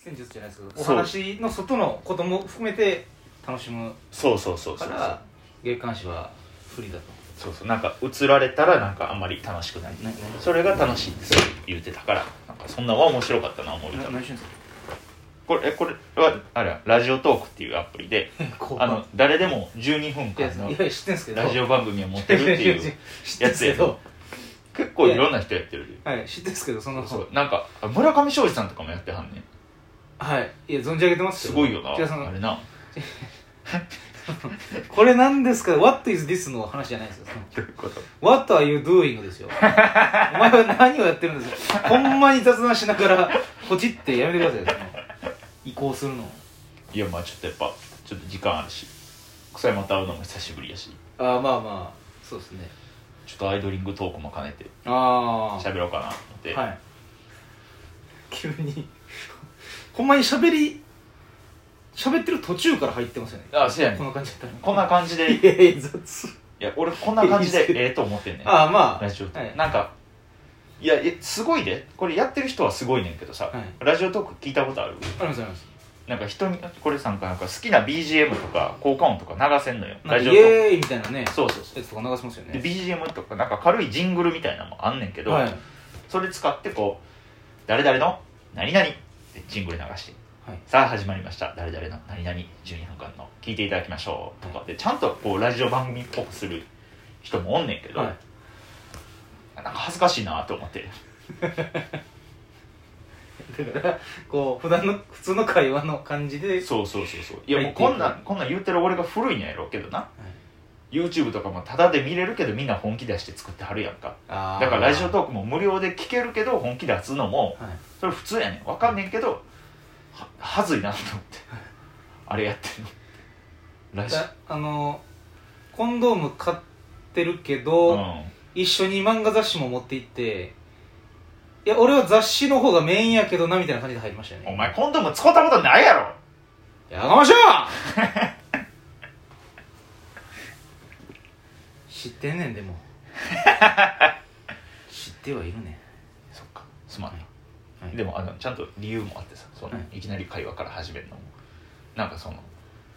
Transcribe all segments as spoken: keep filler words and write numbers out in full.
戦術じゃないですけど、お話の外のことも含めて楽しむそうそうそうそうから月刊誌は不利だと。 そうそう、なんか映られたらなんかあんまり楽しくない、それが楽しいです言うてたから、なんかそんなは面白かったな思うた。 何してんですかこれこれはあれラジオトークっていうアプリであの誰でもじゅうにふんかんのラジオ番組を持ってるっていうやつやけど結構いろんな人やってるで。 はい、知ってるんですけど、そのそうなんか村上庄司さんとかもやってはんねん。 はい、いや存じ上げてますすごいよなあれなこれなんですか What is this の話じゃないですよ。 どういうこと？ What are you doing ですよ。お前は何をやってるんですよ。ほんまに雑談しながらポチってやめてください。移行するの。 いやまあちょっとやっぱちょっと時間あるし草山と会うのも久しぶりやし、 ああまあまあそうですね。 ちょっとアイドリングトークも兼ねてああ喋ろうかなと思って、 はい、急にほんまに喋り喋ってる途中から入ってますよね。 ああそうやねん。 こんな感じだったらこんな感じでいやいや雑いや俺こんな感じでええと思ってんねん。 ああまあラジオトーク、 はい、 なんかいやえすごいでこれやってる人はすごいねんけどさ、 はい、 ラジオトーク聞いたことある？ ありますあります。 なんか人にこれさんかなんか好きな ビージーエム とか効果音とか流せんのよ。 なんかイラジオトークエーイみたいなね、 そうそうそうやつとか流しますよね。 で ビージーエム とかなんか軽いジングルみたいなのもあんねんけど、 はい、 それ使ってこう誰々の何々ってジングル流して、はい、さあ始まりました誰々の何々じゅうにふんかんの聞いていただきましょうとかでちゃんとこうラジオ番組っぽくする人もおんねんけど、はい、なんか恥ずかしいなと思ってだからこう普段の普通の会話の感じでそうそうそうそういやもうこんなんこんなん言ってる俺が古いんやろうけどな、はい、YouTube とかもタダで見れるけどみんな本気出して作ってはるやんか。だからラジオトークも無料で聞けるけど本気出すのも、はい、それ普通やねん分かんねんけど は, はずいなと思って、はい、あれやってるのラジあのコンドーム買ってるけど、うん、一緒に漫画雑誌も持って行っていや俺は雑誌の方がメインやけどなみたいな感じで入りましたよね。 お前コンドーム使ったことないやろ。 やかましょう知ってんねんでも知ってはいるね。 そっかすまんな、 はい、 でもあのちゃんと理由もあってさその、はい、いきなり会話から始めるのもなんかその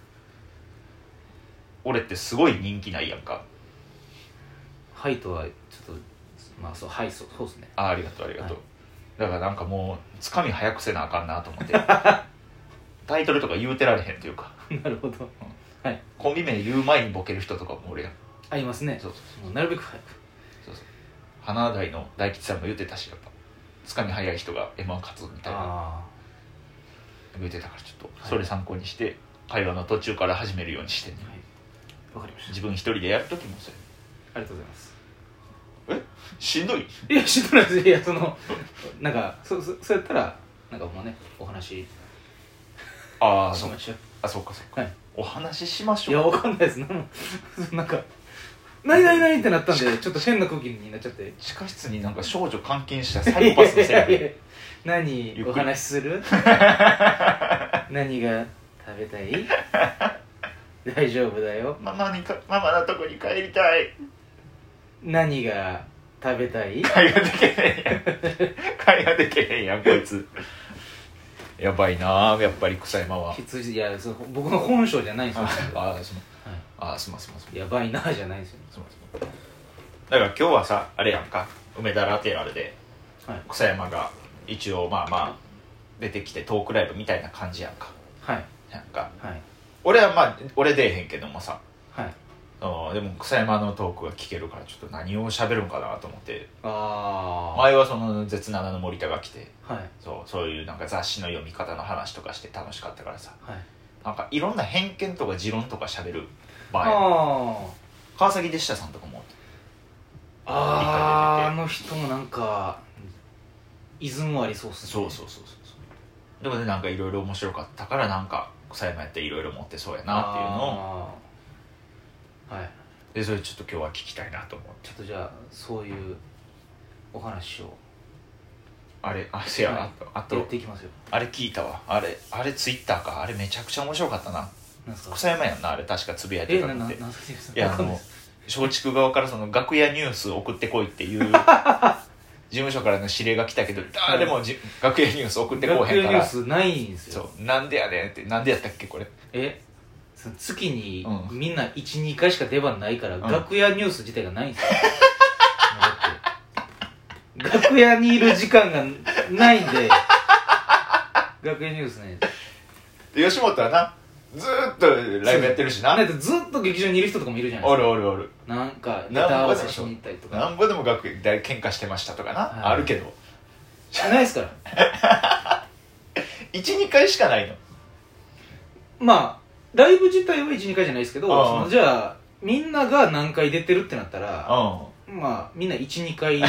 俺ってすごい人気ないやんか。 はいとはちょっとまあそうはいそうそうですね。 あありがとうありがとう、はい、だからなんかもうつかみ早くせなあかんなと思ってタイトルとか言うてられへんというかなるほど、うんはい、 コンビ名言う前にボケる人とかも俺やん。 ありますね。そうそうそうなるべく早く。 そうそう花大の大吉さんも言ってたしやっぱつかみ早い人が エムワン 勝つみたいな言ってたからちょっとそれ参考にして、はい、会話の途中から始めるようにしてね。はい、 わかりました。 自分一人でやるときもそれ。 ありがとうございます。 えしんどい？ いやしんどいです。いやそのなんかそそそうやったらなんかほんまねお話ああしましょう。 あそうかそうか、はい、お話ししましょう。 いやわかんないです。なんか何何何ってなったんでちょっと変な空気になっちゃって。 地下室になんか少女監禁したサイコパスのせいで何お話しする何が食べたい大丈夫だよママにかママのとこに帰りたい。 何が食べたい会話できへんやん会話できへんやんこいつやばいなやっぱり草山は。 羊いやその僕の本性じゃないんですよ。 ああすま、はい、あすまんすまんすまんやばいなじゃないですよ。 すまんすまん。だから今日はさあれやんか梅田ラテラルで、はい、草山が一応まあまあ出てきてトークライブみたいな感じやんか。 はいなんか、はい、 俺はまあ俺出えへんけどもさ、 はい、 でも草山のトークが聞けるからちょっと何を喋るんかなと思って。 あ前はその絶七の森田が来て、 はい、 そうそういうなんか雑誌の読み方の話とかして楽しかったからさ、 はい、 なんかいろんな偏見とか持論とか喋る場合あ川崎でしたさんとかもあああの人もなんかイズムありそうっすね。 そうそうそうそうでもねなんかいろいろ面白かったからなんか草山やっていろいろ持ってそうやなっていうのをはいでそれちょっと今日は聞きたいなと思って。 ちょっとじゃあそういうお話をあれあせや、はい、あとあとやっていきますよ。 あれ聞いたわあれあれツイッターかあれめちゃくちゃ面白かったな。なんすか草山やんなあれ確かつぶやいてたのって。 えなななんすかいやあの松竹側からその楽屋ニュース送ってこいっていう事務所からの指令が来たけど誰もじ楽屋ニュース送ってこうへんから、 楽屋ニュースないんですよ。 そうなんでやねんって、なんでやったっけこれ、 えその月にうんみんないち、にかいしか出番ないから、 ん楽屋ニュース自体がないんですよ。だって楽屋にいる時間がないんで楽屋ニュースね。 で吉本はなずーっとライブやってるしな、 だってずっと劇場にいる人とかもいるじゃないおですか。 るおるおる、 なんかネタ合わせしに行ったりとかなんぼでも楽屋で喧嘩してましたとかな、 はいあるけどないですからいち、にかいしかないの。 まあライブ自体はいち、にかいじゃないですけど、 ああそのじゃあみんなが何回出てるってなったら、 うまあみんないち、にかい、はい、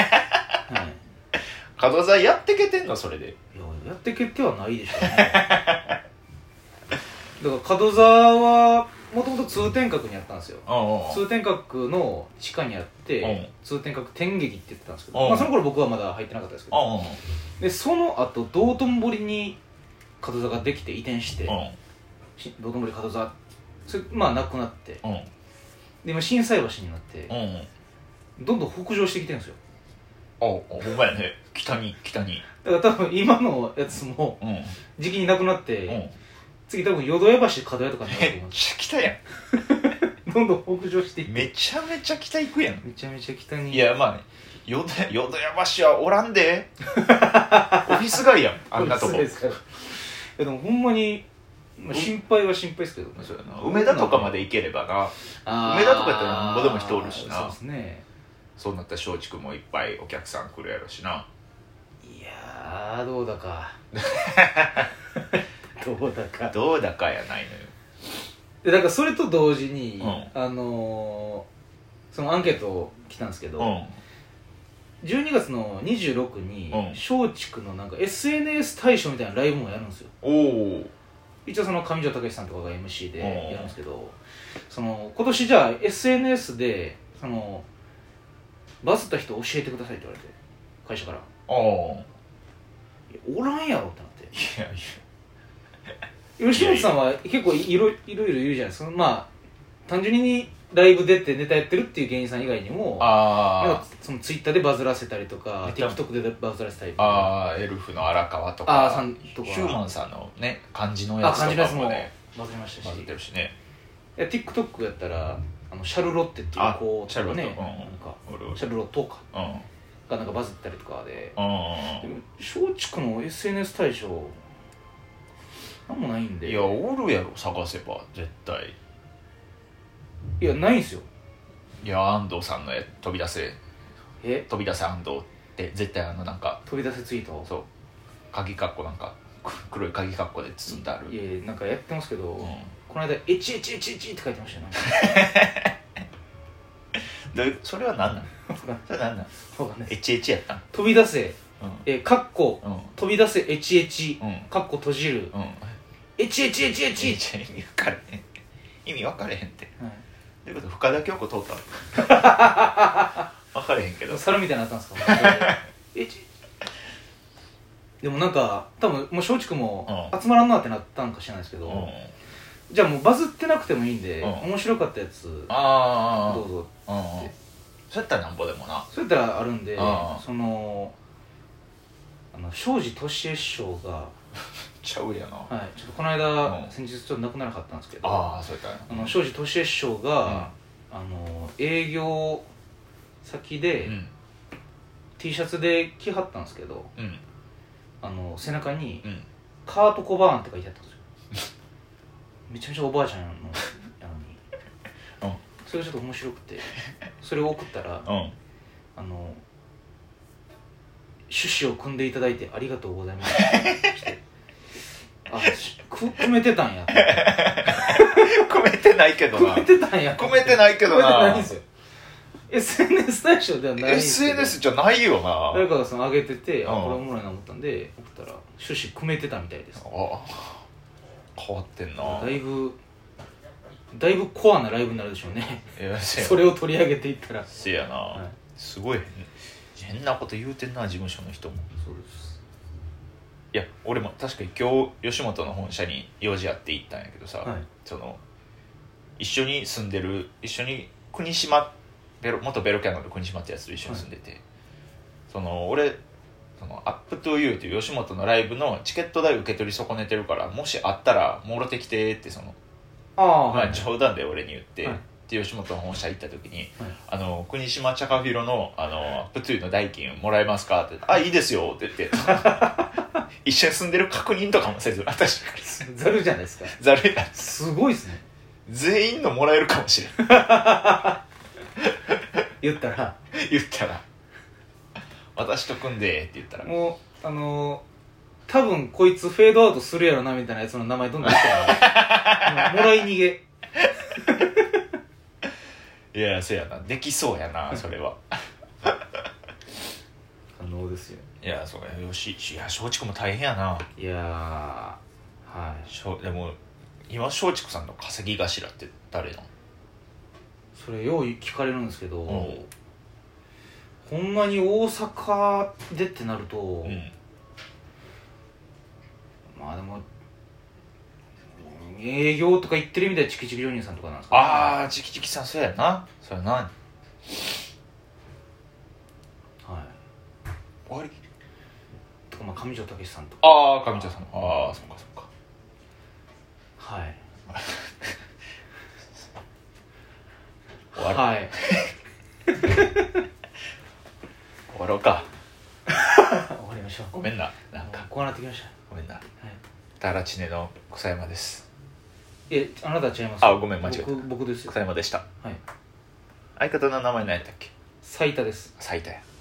いん門座やってけてんのそれで。 ややってけてはないでしょうねだから門座はもともと通天閣にあったんですよ。 うんうん通天閣の地下にあっうんて、通天閣天劇って言ってたんですけど、 うんまあ、その頃僕はまだ入ってなかったですけど、 うんうんでその後道頓堀に門座ができて移転して、 うんし道頓堀門座それまあなくなって、 うんで今心斎橋になってうんどんどん北上してきてるんですよ。 あほんまやね、北に北に。 だから多分今のやつもうん時期になくなって、 うん次多分淀屋橋角屋とかになるとめっ思うんでちゃ北やん、 すどんどん北上していってめちゃめちゃ北行くやん。 めちゃめちゃ北に。 いやまあ淀淀屋橋はおらんでオフィス街やんあんなとこ。 そうですから。いやでもほんまに、まあ、心配は心配ですけどね。 そうやな、梅田とかまで行ければな、 あー梅田とかやったらなんぼでも人おるしな。 そうですね。 そうなったら松竹もいっぱいお客さん来るやろしな。 いやーどうだかどうだかどうだかやないのよ。 でだからそれと同時に、 うんあのー、そのアンケート来たんですけど、 うんじゅうにがつのにじゅうろくにうん松竹のなんか エスエヌエス 大賞みたいなライブもやるんですよ。 おお一応その上条武さんとかが エムシー でうんやるんですけど、その今年じゃあ エスエヌエス でそのバズった人教えてくださいって言われて会社から、 ああいやおらんやろってなっていやい吉本さんは結構いろいろいろいるじゃないですか。まあ単純にライブ出てネタやってるっていう芸人さん以外にも、なんあかそのツイッターでバズらせたりとかネタ TikTok でバズらせたりとあか、 ああエルフの荒川とかあーさんとかヒューマンさんのね漢字のやあつと感じのやつもかもねバズりましたし、 バズってるしね。 いや TikTok やったらあのシャルロッテっていう子あシャルロッテね、 うんなんかおるおるシャルロットかうんうんがなんかバズったりとかで、 うんでも松竹の エスエヌエス 大賞なんもないんで、 いやおるやろ探せば絶対。 いやないんすよ。 いや安藤さんのや飛び出せえ飛び出せ安藤って絶対あのなんか飛び出せツイートそう鍵カッコなんかく黒い鍵カッコで包んである。 いやいやなんかやってますけど、 うんこの間「エチエチエチエチ」って書いてましたよなんかでそれは何なのそれは何なのわかんないですエチエチやったん。 飛び出せうんえカッコうん飛び出せエチエチうんカッコ閉じるうんエチエチエチエチ、 意味分かれへん意味分かれへんってはどういうこと深田恭子通った分かれへんけどい、猿みたいになったんですかエチでもなんか多分もう松竹もうん集まらんなってなったんか知らないですけど、 うんじゃあもうバズってなくてもいいんで、 うん面白かったやつああどうぞ。 うんうんそうやったらなんぼでもな。 そうやったらあるんで、 うんそのあの庄司敏恵師匠が、 ちゃうやな。 はい、ちょっとこの間、 うん先日ちょっと亡くならなかったんですけど、 ああそうやったあの庄司敏恵師匠が、あの営業先で、 うん T シャツで着はったんですけど、 うんあの背中にうん 「カート・コバーン」って書いてあったんですよめちゃめちゃおばあちゃんやのやのに、 うんそれがちょっと面白くてそれを送ったらうんあの趣旨を組んでいただいてありがとうございますしてあしく組めてたんや組めてないけどな。 組めてたんや組めてないけど組めてないなんですよ エスエヌエス 大賞ではないんですけどエスエヌエス じゃないよな。 誰かがその上げてて、あうんこれおもろいな思ったんで送ったら趣旨組めてたみたいです。 あ変わってんな。 だいぶだいぶコアなライブになるでしょうねいやせやそれを取り上げていったらせやな、 はいすごい変なこと言うてんな事務所の人も。 そうですいや俺も確かに今日吉本の本社に用事あって行ったんやけどさ、 はいその一緒に住んでる一緒に国島ベロ元ベロキャノの国島ってやつと一緒に住んでて、 その俺そのアップトゥーユーっていう吉本のライブのチケット代受け取り損ねてるからもしあったらもろてきてってそのああ、 まあ、 はい、 冗談で俺に言って、 はい、 で吉本の本社行った時に、 はい、 あの国島チャカフィロのあのアップトゥーの代金もらえますかってあいいですよって言って一緒に住んでる確認とかもせず私ざるじゃないですか。 ざるいなすごいですね。 全員のもらえるかもしれない言ったら言ったら私と組んでって言ったらもうあのー、多分こいつフェードアウトするやろなみたいなやつの名前どんどん言ってたらもらい逃げいやせやなできそうやなそれは可能ですよ。 いやそうやよしいや松竹も大変やないやーはいしょでも今松竹さんの稼ぎ頭って誰なの？ それよう聞かれるんですけど、 うん、 ほんまに大阪でってなると、うん、まあでも営業とか行ってる意味ではチキチキジョニーさんとかなんですか、ね、 ああチキチキさんそうやなそうやなはい終わりとかまあ上条武さんとかああ上条さんああそっかそっかはい終わるはい終わろうか終わりましょう。 ごめんななんかこうなってきました。 ごめんな、はい、 田原知音の草山です。 えあなたは違います。 あごめん間違えた僕, 僕ですよ。 草山でした。 はい。 相方の名前何やったっけ？ 斉田です。 斉田や。